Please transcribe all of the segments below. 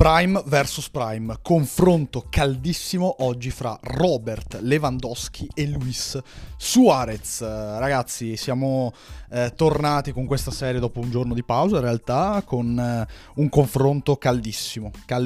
Prime versus Prime, confronto caldissimo oggi fra Robert Lewandowski e Luis Suarez. Ragazzi, siamo tornati con questa serie dopo un giorno di pausa, in realtà, con un confronto caldissimo,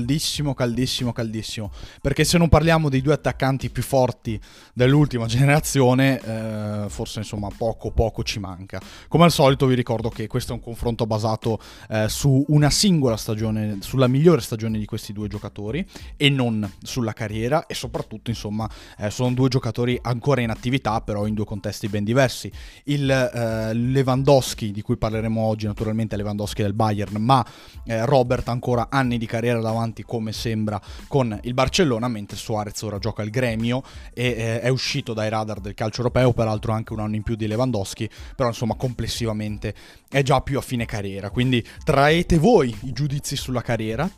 perché se non parliamo dei due attaccanti più forti dell'ultima generazione, forse insomma poco ci manca. Come al solito vi ricordo che questo è un confronto basato su una singola stagione, sulla migliore stagione di questi due giocatori e non sulla carriera, e soprattutto insomma sono due giocatori ancora in attività, però in due contesti ben diversi. Il Lewandowski di cui parleremo oggi, naturalmente Lewandowski del Bayern, ma Robert ha ancora anni di carriera davanti, come sembra, con il Barcellona, mentre Suarez ora gioca al Gremio e è uscito dai radar del calcio europeo, peraltro anche un anno in più di Lewandowski, però insomma complessivamente è già più a fine carriera. Quindi traete voi i giudizi sulla carriera,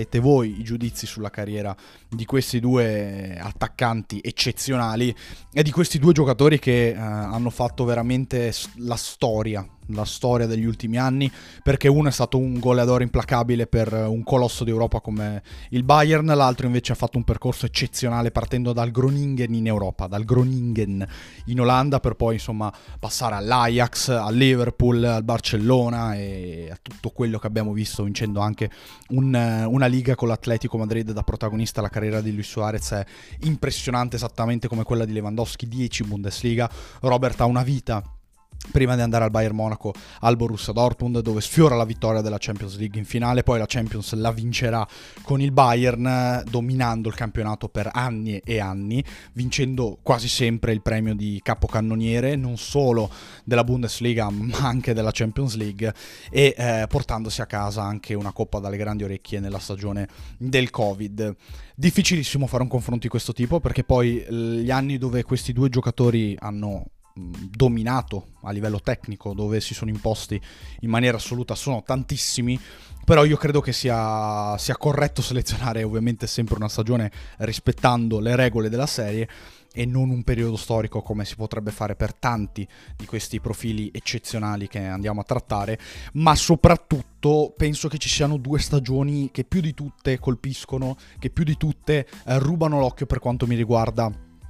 di questi due attaccanti eccezionali e di questi due giocatori che hanno fatto veramente la storia degli ultimi anni, perché uno è stato un goleador implacabile per un colosso d'Europa come il Bayern, l'altro invece ha fatto un percorso eccezionale partendo dal Groningen in Europa, dal Groningen in Olanda, per poi insomma passare all'Ajax, al Liverpool, al Barcellona e a tutto quello che abbiamo visto, vincendo anche una liga con l'Atletico Madrid da protagonista. La carriera di Luis Suarez è impressionante, esattamente come quella di Lewandowski, 10 Bundesliga. Robert ha una vita prima di andare al Bayern Monaco, al Borussia Dortmund, dove sfiora la vittoria della Champions League in finale, poi la Champions la vincerà con il Bayern, dominando il campionato per anni e anni, vincendo quasi sempre il premio di capocannoniere, non solo della Bundesliga ma anche della Champions League, e portandosi a casa anche una coppa dalle grandi orecchie nella stagione del Covid. Difficilissimo fare un confronto di questo tipo, perché poi gli anni dove questi due giocatori hanno dominato a livello tecnico, dove si sono imposti in maniera assoluta, sono tantissimi, però io credo che sia corretto selezionare ovviamente sempre una stagione rispettando le regole della serie e non un periodo storico come si potrebbe fare per tanti di questi profili eccezionali che andiamo a trattare. Ma soprattutto penso che ci siano due stagioni che più di tutte colpiscono, che più di tutte rubano l'occhio per quanto mi riguarda,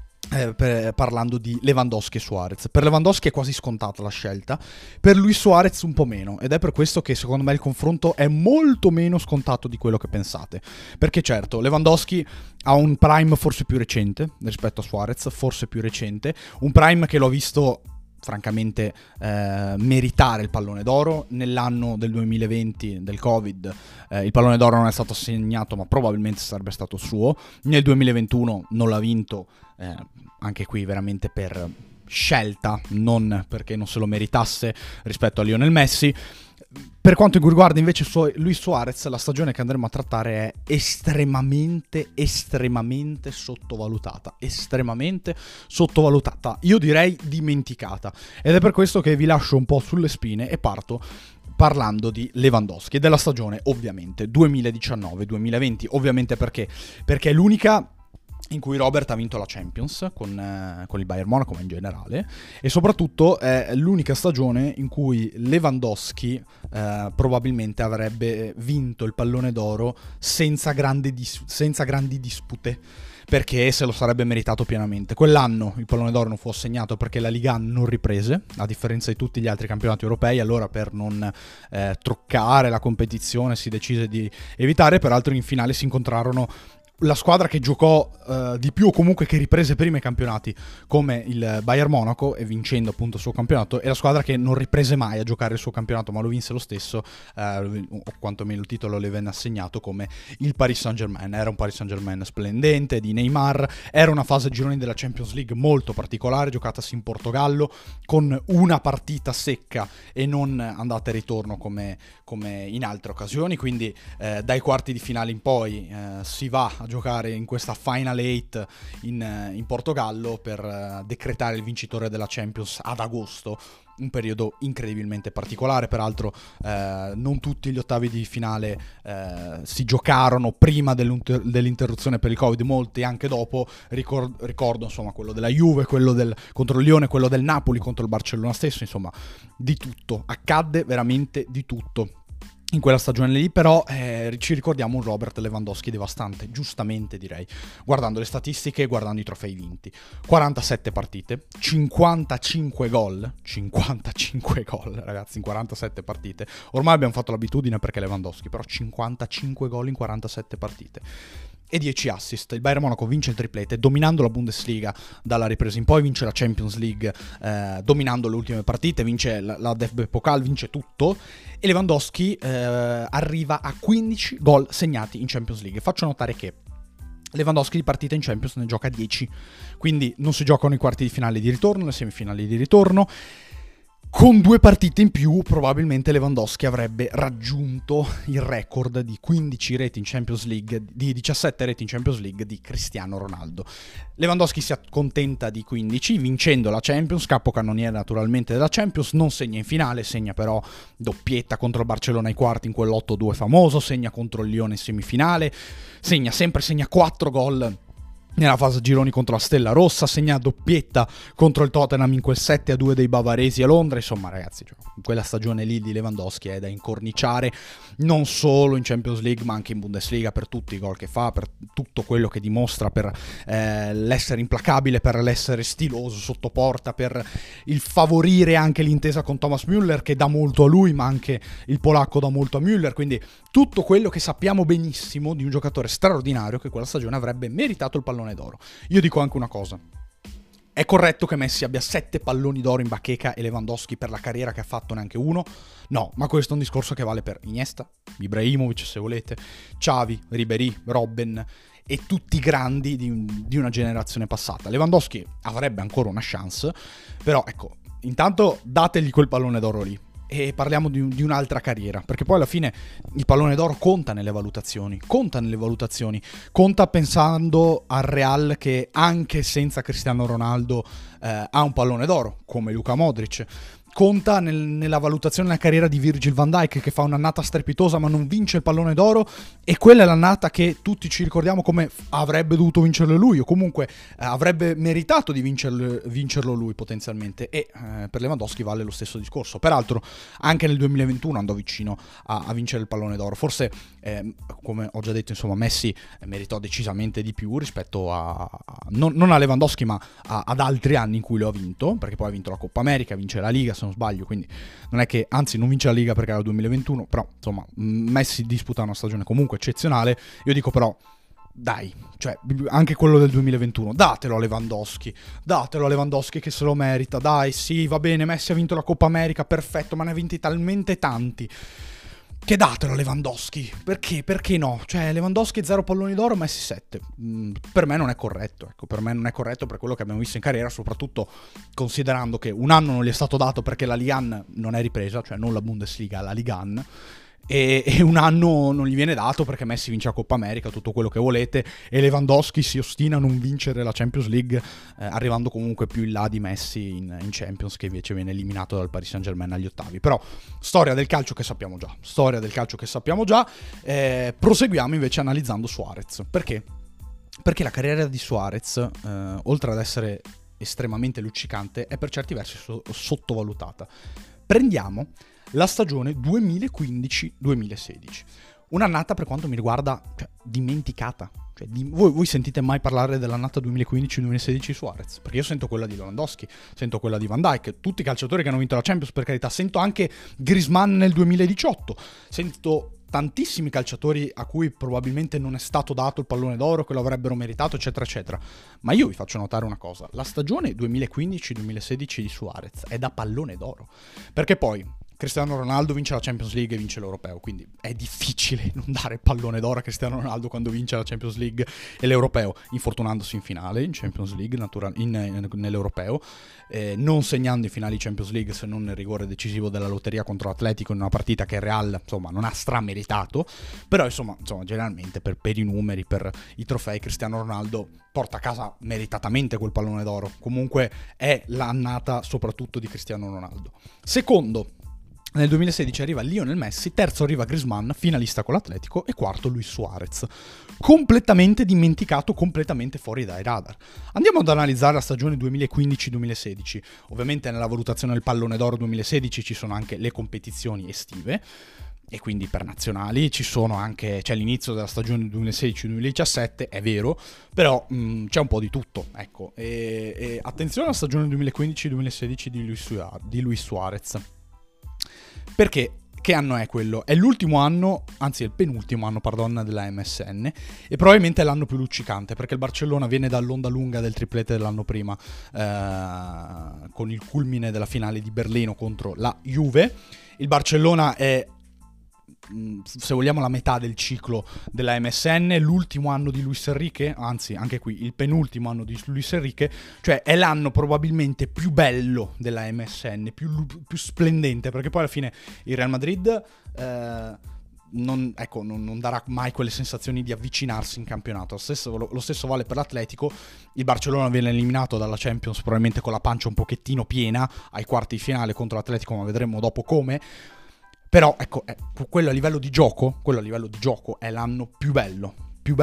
parlando di Lewandowski e Suarez. Per Lewandowski è quasi scontata la scelta, per Luis Suarez un po' meno, ed è per questo che secondo me il confronto è molto meno scontato di quello che pensate, perché certo Lewandowski ha un prime forse più recente rispetto a Suarez, forse più recente, un prime che l'ho visto francamente meritare il pallone d'oro. Nell'anno del 2020 del Covid il pallone d'oro non è stato assegnato, ma probabilmente sarebbe stato suo. Nel 2021 non l'ha vinto, anche qui veramente per scelta, non perché non se lo meritasse rispetto a Lionel Messi. Per quanto riguarda invece Luis Suarez, la stagione che andremo a trattare è estremamente sottovalutata, io direi dimenticata, ed è per questo che vi lascio un po' sulle spine e parto parlando di Lewandowski e della stagione ovviamente 2019-2020, ovviamente perché è l'unica in cui Robert ha vinto la Champions con il Bayern Monaco, ma in generale, e soprattutto è l'unica stagione in cui Lewandowski probabilmente avrebbe vinto il pallone d'oro senza grandi dispute, perché se lo sarebbe meritato pienamente. Quell'anno il pallone d'oro non fu assegnato perché la Liga non riprese, a differenza di tutti gli altri campionati europei. Allora, per non truccare la competizione, si decise di evitare. Peraltro in finale si incontrarono la squadra che giocò di più, o comunque che riprese prima i campionati, come il Bayern Monaco, e vincendo appunto il suo campionato, e la squadra che non riprese mai a giocare il suo campionato ma lo vinse lo stesso, o quantomeno il titolo le venne assegnato, come il Paris Saint-Germain. Era un Paris Saint-Germain splendente di Neymar, era una fase gironi della Champions League molto particolare, giocatasi in Portogallo con una partita secca e non andata e ritorno come in altre occasioni. Quindi dai quarti di finale in poi si va a giocare in questa Final 8 in Portogallo per decretare il vincitore della Champions ad agosto. Un periodo incredibilmente particolare. Peraltro non tutti gli ottavi di finale si giocarono prima dell'interruzione per il Covid, molti anche dopo. Ricordo insomma quello della Juve, quello contro il Lione, quello del Napoli contro il Barcellona stesso. Insomma, di tutto, accadde veramente di tutto in quella stagione lì, però ci ricordiamo un Robert Lewandowski devastante, giustamente direi, guardando le statistiche, guardando i trofei vinti. 47 partite, 55 gol ragazzi, in 47 partite. Ormai abbiamo fatto l'abitudine perché Lewandowski, però 55 gol in 47 partite. E 10 assist. Il Bayern Monaco vince il triplete dominando la Bundesliga dalla ripresa in poi, vince la Champions League dominando le ultime partite, vince la DFB Pokal, vince tutto, e Lewandowski arriva a 15 gol segnati in Champions League. Faccio notare che Lewandowski di partita in Champions ne gioca 10, quindi non si giocano i quarti di finale di ritorno, le semifinali di ritorno. Con 2 partite in più probabilmente Lewandowski avrebbe raggiunto il record di 15 reti in Champions League, di 17 reti in Champions League di Cristiano Ronaldo. Lewandowski si accontenta di 15, vincendo la Champions, capocannoniere naturalmente della Champions, non segna in finale, segna però doppietta contro il Barcellona ai quarti in quell'8-2 famoso, segna contro il Lione in semifinale, segna 4 gol nella fase gironi contro la Stella Rossa, segna doppietta contro il Tottenham in quel 7-2 dei bavaresi a Londra. Insomma ragazzi, quella stagione lì di Lewandowski è da incorniciare, non solo in Champions League ma anche in Bundesliga, per tutti i gol che fa, per tutto quello che dimostra, per l'essere implacabile, per l'essere stiloso sotto porta, per il favorire anche l'intesa con Thomas Müller, che dà molto a lui, ma anche il polacco dà molto a Müller, quindi tutto quello che sappiamo benissimo di un giocatore straordinario che quella stagione avrebbe meritato il pallone d'oro. Io dico anche una cosa: è corretto che Messi abbia 7 palloni d'oro in bacheca e Lewandowski per la carriera che ha fatto neanche uno? No, ma questo è un discorso che vale per Iniesta, Ibrahimovic se volete, Xavi, Ribéry, Robben e tutti i grandi di una generazione passata. Lewandowski avrebbe ancora una chance, però ecco, intanto dategli quel pallone d'oro lì e parliamo di un'altra carriera, perché poi alla fine il pallone d'oro conta nelle valutazioni, conta pensando al Real che anche senza Cristiano Ronaldo ha un pallone d'oro, come Luka Modric. Conta nella valutazione della carriera di Virgil van Dijk, che fa un'annata strepitosa ma non vince il pallone d'oro, e quella è l'annata che tutti ci ricordiamo come avrebbe dovuto vincerlo lui, o comunque avrebbe meritato di vincerlo lui potenzialmente, e per Lewandowski vale lo stesso discorso. Peraltro anche nel 2021 andò vicino a vincere il pallone d'oro. Forse come ho già detto, insomma, Messi meritò decisamente di più rispetto non a Lewandowski ma ad altri anni in cui lo ha vinto, perché poi ha vinto la Coppa America, vince la Liga se non sbaglio, quindi non è che, anzi non vince la Liga perché era il 2021, però insomma Messi disputa una stagione comunque eccezionale. Io dico però, dai, cioè anche quello del 2021 datelo a Lewandowski che se lo merita. Dai, sì, va bene, Messi ha vinto la Coppa America, perfetto, ma ne ha vinti talmente tanti che datelo a Lewandowski. Perché no? Cioè Lewandowski 0 palloni d'oro, Messi 7. Per me non è corretto, ecco, per me non è corretto per quello che abbiamo visto in carriera, soprattutto considerando che un anno non gli è stato dato perché la Liga 1 non è ripresa, cioè non la Bundesliga, la Liga 1. E un anno non gli viene dato perché Messi vince la Coppa America, tutto quello che volete, e Lewandowski si ostina a non vincere la Champions League, arrivando comunque più in là di Messi in Champions, che invece viene eliminato dal Paris Saint-Germain agli ottavi. Però storia del calcio che sappiamo già. Proseguiamo invece analizzando Suarez. Perché? Perché la carriera di Suarez, oltre ad essere estremamente luccicante, è per certi versi sottovalutata. Prendiamo la stagione 2015-2016, un'annata per quanto mi riguarda dimenticata. Cioè, voi sentite mai parlare dell'annata 2015-2016 Suarez? Perché io sento quella di Lewandowski, sento quella di Van Dijk, tutti i calciatori che hanno vinto la Champions, per carità, sento anche Griezmann nel 2018, sento tantissimi calciatori a cui probabilmente non è stato dato il pallone d'oro, che lo avrebbero meritato, eccetera eccetera. Ma io vi faccio notare una cosa: la stagione 2015-2016 di Suarez è da pallone d'oro, perché poi Cristiano Ronaldo vince la Champions League e vince l'Europeo, quindi è difficile non dare pallone d'oro a Cristiano Ronaldo quando vince la Champions League e l'Europeo, infortunandosi in finale in Champions League, nell'Europeo, non segnando in finali Champions League se non nel rigore decisivo della lotteria contro l'Atletico in una partita che il Real insomma non ha strameritato. Però insomma generalmente per i numeri, per i trofei, Cristiano Ronaldo porta a casa meritatamente quel pallone d'oro. Comunque è l'annata soprattutto di Cristiano Ronaldo. Secondo, nel 2016 arriva Lionel Messi, terzo arriva Griezmann, finalista con l'Atletico, e quarto Luis Suarez. Completamente dimenticato, completamente fuori dai radar. Andiamo ad analizzare la stagione 2015-2016. Ovviamente nella valutazione del pallone d'oro 2016 ci sono anche le competizioni estive. e quindi per nazionali ci sono anche, c'è l'inizio della stagione 2016-2017, è vero, però c'è un po' di tutto, ecco. E attenzione alla stagione 2015-2016 di Luis Suarez, perché che anno è quello? È l'ultimo anno, anzi è il penultimo anno, pardon, della MSN, e probabilmente è l'anno più luccicante, perché il Barcellona viene dall'onda lunga del triplete dell'anno prima, con il culmine della finale di Berlino contro la Juve. Il Barcellona è, se vogliamo, la metà del ciclo della MSN, l'ultimo anno di Luis Enrique, anzi anche qui il penultimo anno di Luis Enrique, cioè è l'anno probabilmente più bello della MSN, più splendente, perché poi alla fine il Real Madrid non darà mai quelle sensazioni di avvicinarsi in campionato. Lo stesso vale per l'Atletico. Il Barcellona viene eliminato dalla Champions probabilmente con la pancia un pochettino piena ai quarti di finale contro l'Atletico, ma vedremo dopo come. Però ecco, quello a livello di gioco è l'anno più bello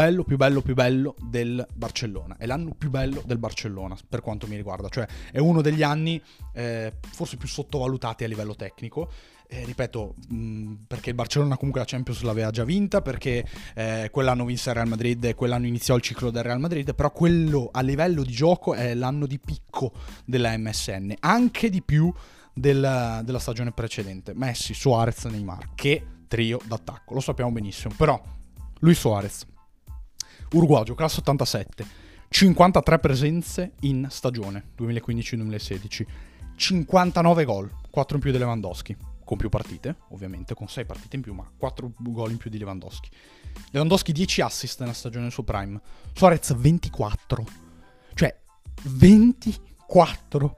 del Barcellona. È l'anno più bello del Barcellona per quanto mi riguarda, cioè è uno degli anni forse più sottovalutati a livello tecnico. Ripeto, perché il Barcellona comunque la Champions l'aveva già vinta, perché quell'anno vinse il Real Madrid e quell'anno iniziò il ciclo del Real Madrid, però quello a livello di gioco è l'anno di picco della MSN, anche di più della stagione precedente. Messi, Suarez, Neymar, che trio d'attacco, lo sappiamo benissimo. Però Luis Suarez, uruguagio, classe 87, 53 presenze in stagione 2015-2016, 59 gol, 4 in più di Lewandowski, con più partite, ovviamente, con 6 partite in più, ma 4 gol in più di Lewandowski. Lewandowski 10 assist nella stagione del suo prime, Suarez 24, cioè 24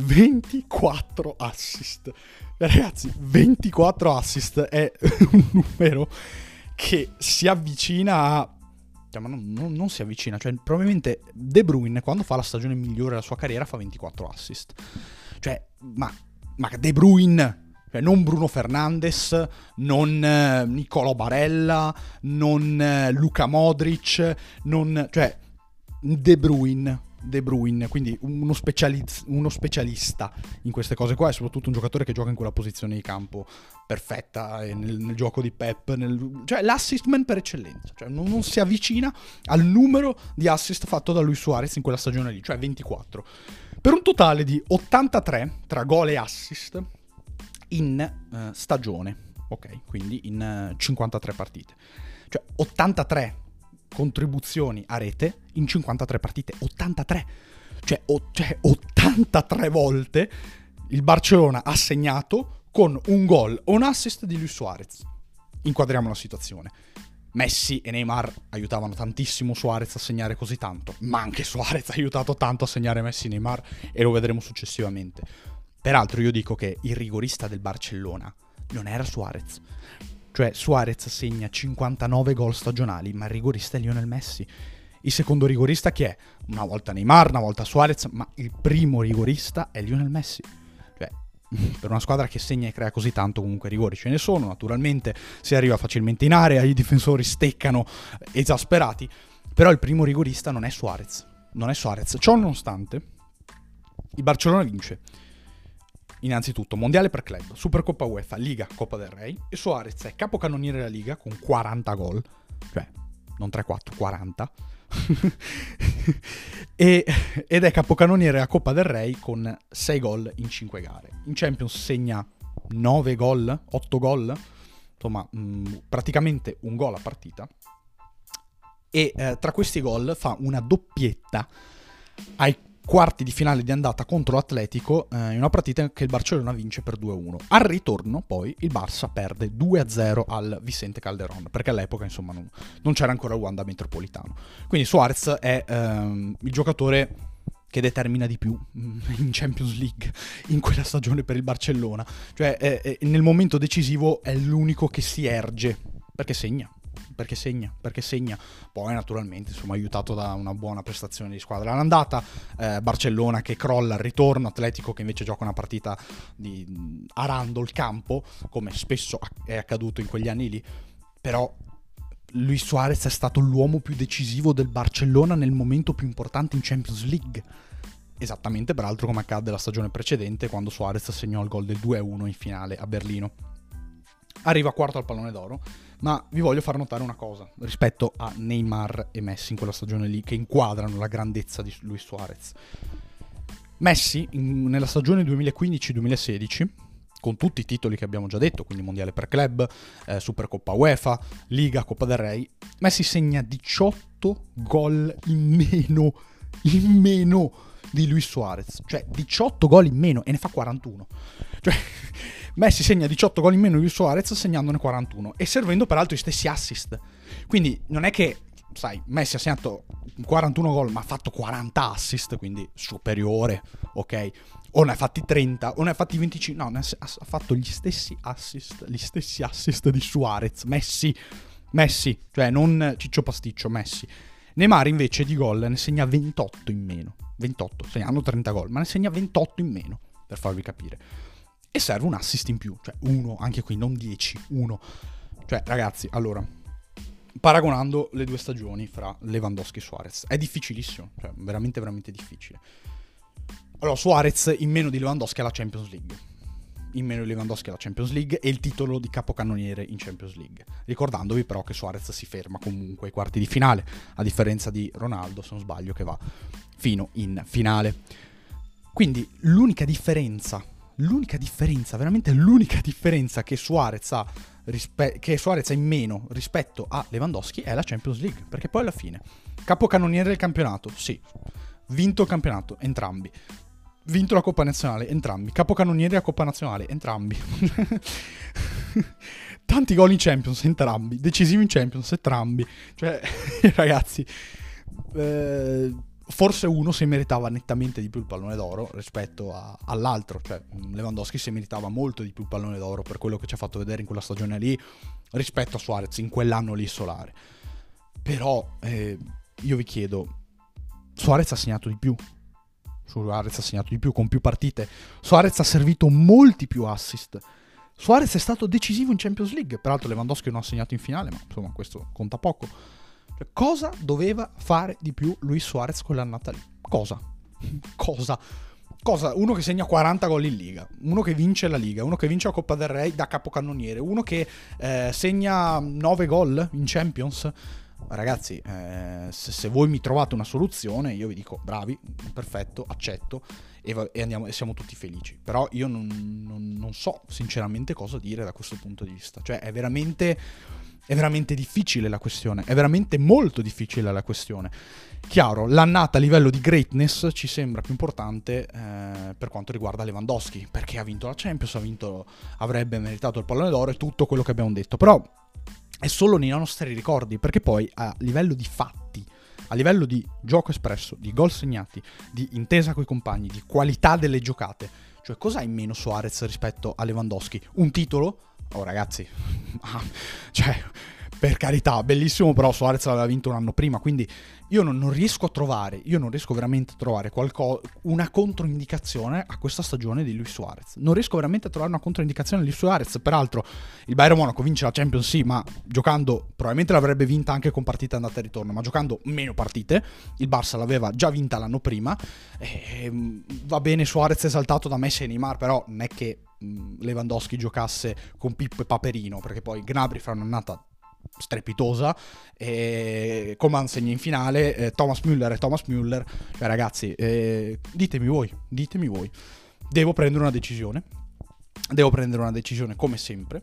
assist. Ragazzi, 24 assist è un numero che si avvicina a... Cioè, ma non si avvicina, cioè probabilmente De Bruyne quando fa la stagione migliore della sua carriera fa 24 assist. Cioè, ma De Bruyne, cioè non Bruno Fernandes, non Nicolò Barella, non Luka Modric, cioè De Bruyne, quindi uno specialista in queste cose qua, e soprattutto un giocatore che gioca in quella posizione di campo perfetta nel gioco di Pep, cioè l'assist man per eccellenza, cioè non si avvicina al numero di assist fatto da Luis Suarez in quella stagione lì, cioè 24, per un totale di 83 tra gol e assist in stagione, ok, quindi in 53 partite, cioè 83 contribuzioni a rete in 53 partite, 83, cioè 83 volte il Barcellona ha segnato con un gol o un assist di Luis Suarez. Inquadriamo la situazione. Messi e Neymar aiutavano tantissimo Suarez a segnare così tanto, ma anche Suarez ha aiutato tanto a segnare Messi e Neymar, e lo vedremo successivamente. Peraltro io dico che il rigorista del Barcellona non era Suarez. Cioè Suarez segna 59 gol stagionali, ma il rigorista è Lionel Messi. Il secondo rigorista chi è? Una volta Neymar, una volta Suarez, ma il primo rigorista è Lionel Messi. Cioè, per una squadra che segna e crea così tanto, comunque rigori ce ne sono, naturalmente si arriva facilmente in area, i difensori steccano esasperati, però il primo rigorista non è Suarez. Ciò nonostante, il Barcellona vince innanzitutto mondiale per club, Supercoppa UEFA, Liga, Coppa del Re, e Suarez è capocannoniere della Liga con 40 gol, cioè non 3-4, 40, ed è capocannoniere della Coppa del Re con 6 gol in 5 gare. In Champions segna 9 gol, 8 gol, insomma praticamente un gol a partita, e tra questi gol fa una doppietta ai quarti di finale di andata contro l'Atletico, in una partita che il Barcellona vince per 2-1. Al ritorno poi il Barça perde 2-0 al Vicente Calderón, perché all'epoca insomma non c'era ancora il Wanda Metropolitano. Quindi Suarez è il giocatore che determina di più in Champions League in quella stagione per il Barcellona, cioè nel momento decisivo è l'unico che si erge, perché segna. Poi naturalmente insomma aiutato da una buona prestazione di squadra all'andata, Barcellona che crolla al ritorno, Atletico che invece gioca una partita arando il campo, come spesso è accaduto in quegli anni lì. Però Luis Suarez è stato l'uomo più decisivo del Barcellona nel momento più importante in Champions League, esattamente peraltro come accadde la stagione precedente, quando Suarez segnò il gol del 2-1 in finale a Berlino. arriva quarto al pallone d'oro, ma vi voglio far notare una cosa rispetto a Neymar e Messi in quella stagione lì, che inquadrano la grandezza di Luis Suarez. Messi nella stagione 2015-2016, con tutti i titoli che abbiamo già detto, quindi mondiale per club, Supercoppa UEFA, Liga, Coppa del Re, Messi segna 18 gol in meno di Luis Suarez, cioè 18 gol in meno, e ne fa 41. Cioè Messi segna 18 gol in meno di Luis Suarez segnandone 41 e servendo peraltro gli stessi assist. Quindi non è che, sai, Messi ha segnato 41 gol ma ha fatto 40 assist, quindi superiore, ok? O ne ha fatti 30, o ne ha fatti 25, no, ha fatto gli stessi assist di Suarez. Messi, cioè non Ciccio Pasticcio, Messi. Neymar invece di gol ne segna 28 in meno, 28, segnando 30 gol, ma ne segna 28 in meno, per farvi capire. E serve un assist in più, cioè uno, anche qui non 10, uno. Cioè ragazzi, allora, paragonando le due stagioni fra Lewandowski e Suarez, è difficilissimo, cioè veramente veramente difficile. Allora, Suarez in meno di Lewandowski ha la Champions League, in meno di Lewandowski ha la Champions League e il titolo di capocannoniere in Champions League, ricordandovi però che Suarez si ferma comunque ai quarti di finale, a differenza di Ronaldo, se non sbaglio, che va fino in finale. Quindi l'unica differenza, veramente l'unica differenza che Suarez ha in meno rispetto a Lewandowski è la Champions League, perché poi alla fine capocannoniere del campionato, sì, vinto il campionato, entrambi, vinto la Coppa Nazionale, entrambi, capocannoniere della Coppa Nazionale, entrambi, tanti gol in Champions, entrambi, decisivi in Champions, entrambi, cioè ragazzi, forse uno si meritava nettamente di più il pallone d'oro rispetto all'altro, cioè Lewandowski si meritava molto di più il pallone d'oro per quello che ci ha fatto vedere in quella stagione lì rispetto a Suarez in quell'anno lì solare. Però io vi chiedo, Suarez ha segnato di più, con più partite, Suarez ha servito molti più assist, Suarez è stato decisivo in Champions League, peraltro Lewandowski non ha segnato in finale, ma insomma questo conta poco. Cosa doveva fare di più Luis Suarez quell'annata lì? Cosa? Uno che segna 40 gol in Liga, uno che vince la Liga, uno che vince la Coppa del Re da capocannoniere, uno che segna 9 gol in Champions. Ragazzi, se voi mi trovate una soluzione, io vi dico bravi, perfetto, accetto e andiamo, e siamo tutti felici. Però io non so sinceramente cosa dire da questo punto di vista. Cioè è veramente difficile la questione, è veramente molto difficile la questione. Chiaro, l'annata a livello di greatness ci sembra più importante per quanto riguarda Lewandowski, perché ha vinto la Champions, avrebbe meritato il pallone d'oro e tutto quello che abbiamo detto, però è solo nei nostri ricordi, perché poi a livello di fatti, a livello di gioco espresso, di gol segnati, di intesa coi compagni, di qualità delle giocate, cioè cosa ha in meno Suarez rispetto a Lewandowski? Un titolo? Oh ragazzi, cioè per carità, bellissimo, però Suarez l'aveva vinto un anno prima, quindi io non riesco veramente a trovare una controindicazione a questa stagione di Luis Suarez. Non riesco veramente a trovare una controindicazione di Luis Suarez. Peraltro il Bayern Monaco vince la Champions, sì, ma giocando, probabilmente l'avrebbe vinta anche con partite andata e ritorno, ma giocando meno partite. Il Barça l'aveva già vinta l'anno prima. Va bene, Suarez è esaltato da Messi e Neymar, però non è che Lewandowski giocasse con Pippo e Paperino, perché poi Gnabry fa un'annata strepitosa, Coman segna in finale, Thomas Müller, cioè ragazzi, ditemi voi, devo prendere una decisione come sempre,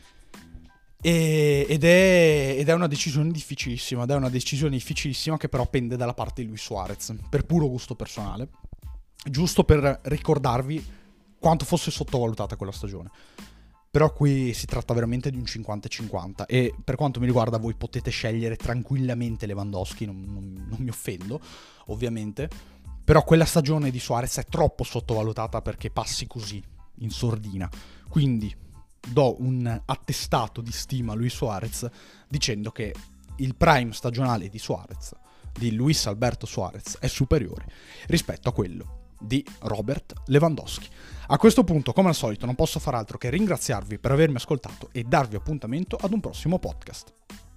ed è una decisione difficilissima, che però pende dalla parte di Luis Suarez, per puro gusto personale, giusto per ricordarvi quanto fosse sottovalutata quella stagione. Però qui si tratta veramente di un 50-50 e per quanto mi riguarda voi potete scegliere tranquillamente Lewandowski, non mi offendo ovviamente, però quella stagione di Suarez è troppo sottovalutata perché passi così in sordina. Quindi do un attestato di stima a Luis Suarez dicendo che il prime stagionale di Suarez, di Luis Alberto Suarez, è superiore rispetto a quello di Robert Lewandowski. A questo punto, come al solito, non posso far altro che ringraziarvi per avermi ascoltato e darvi appuntamento ad un prossimo podcast.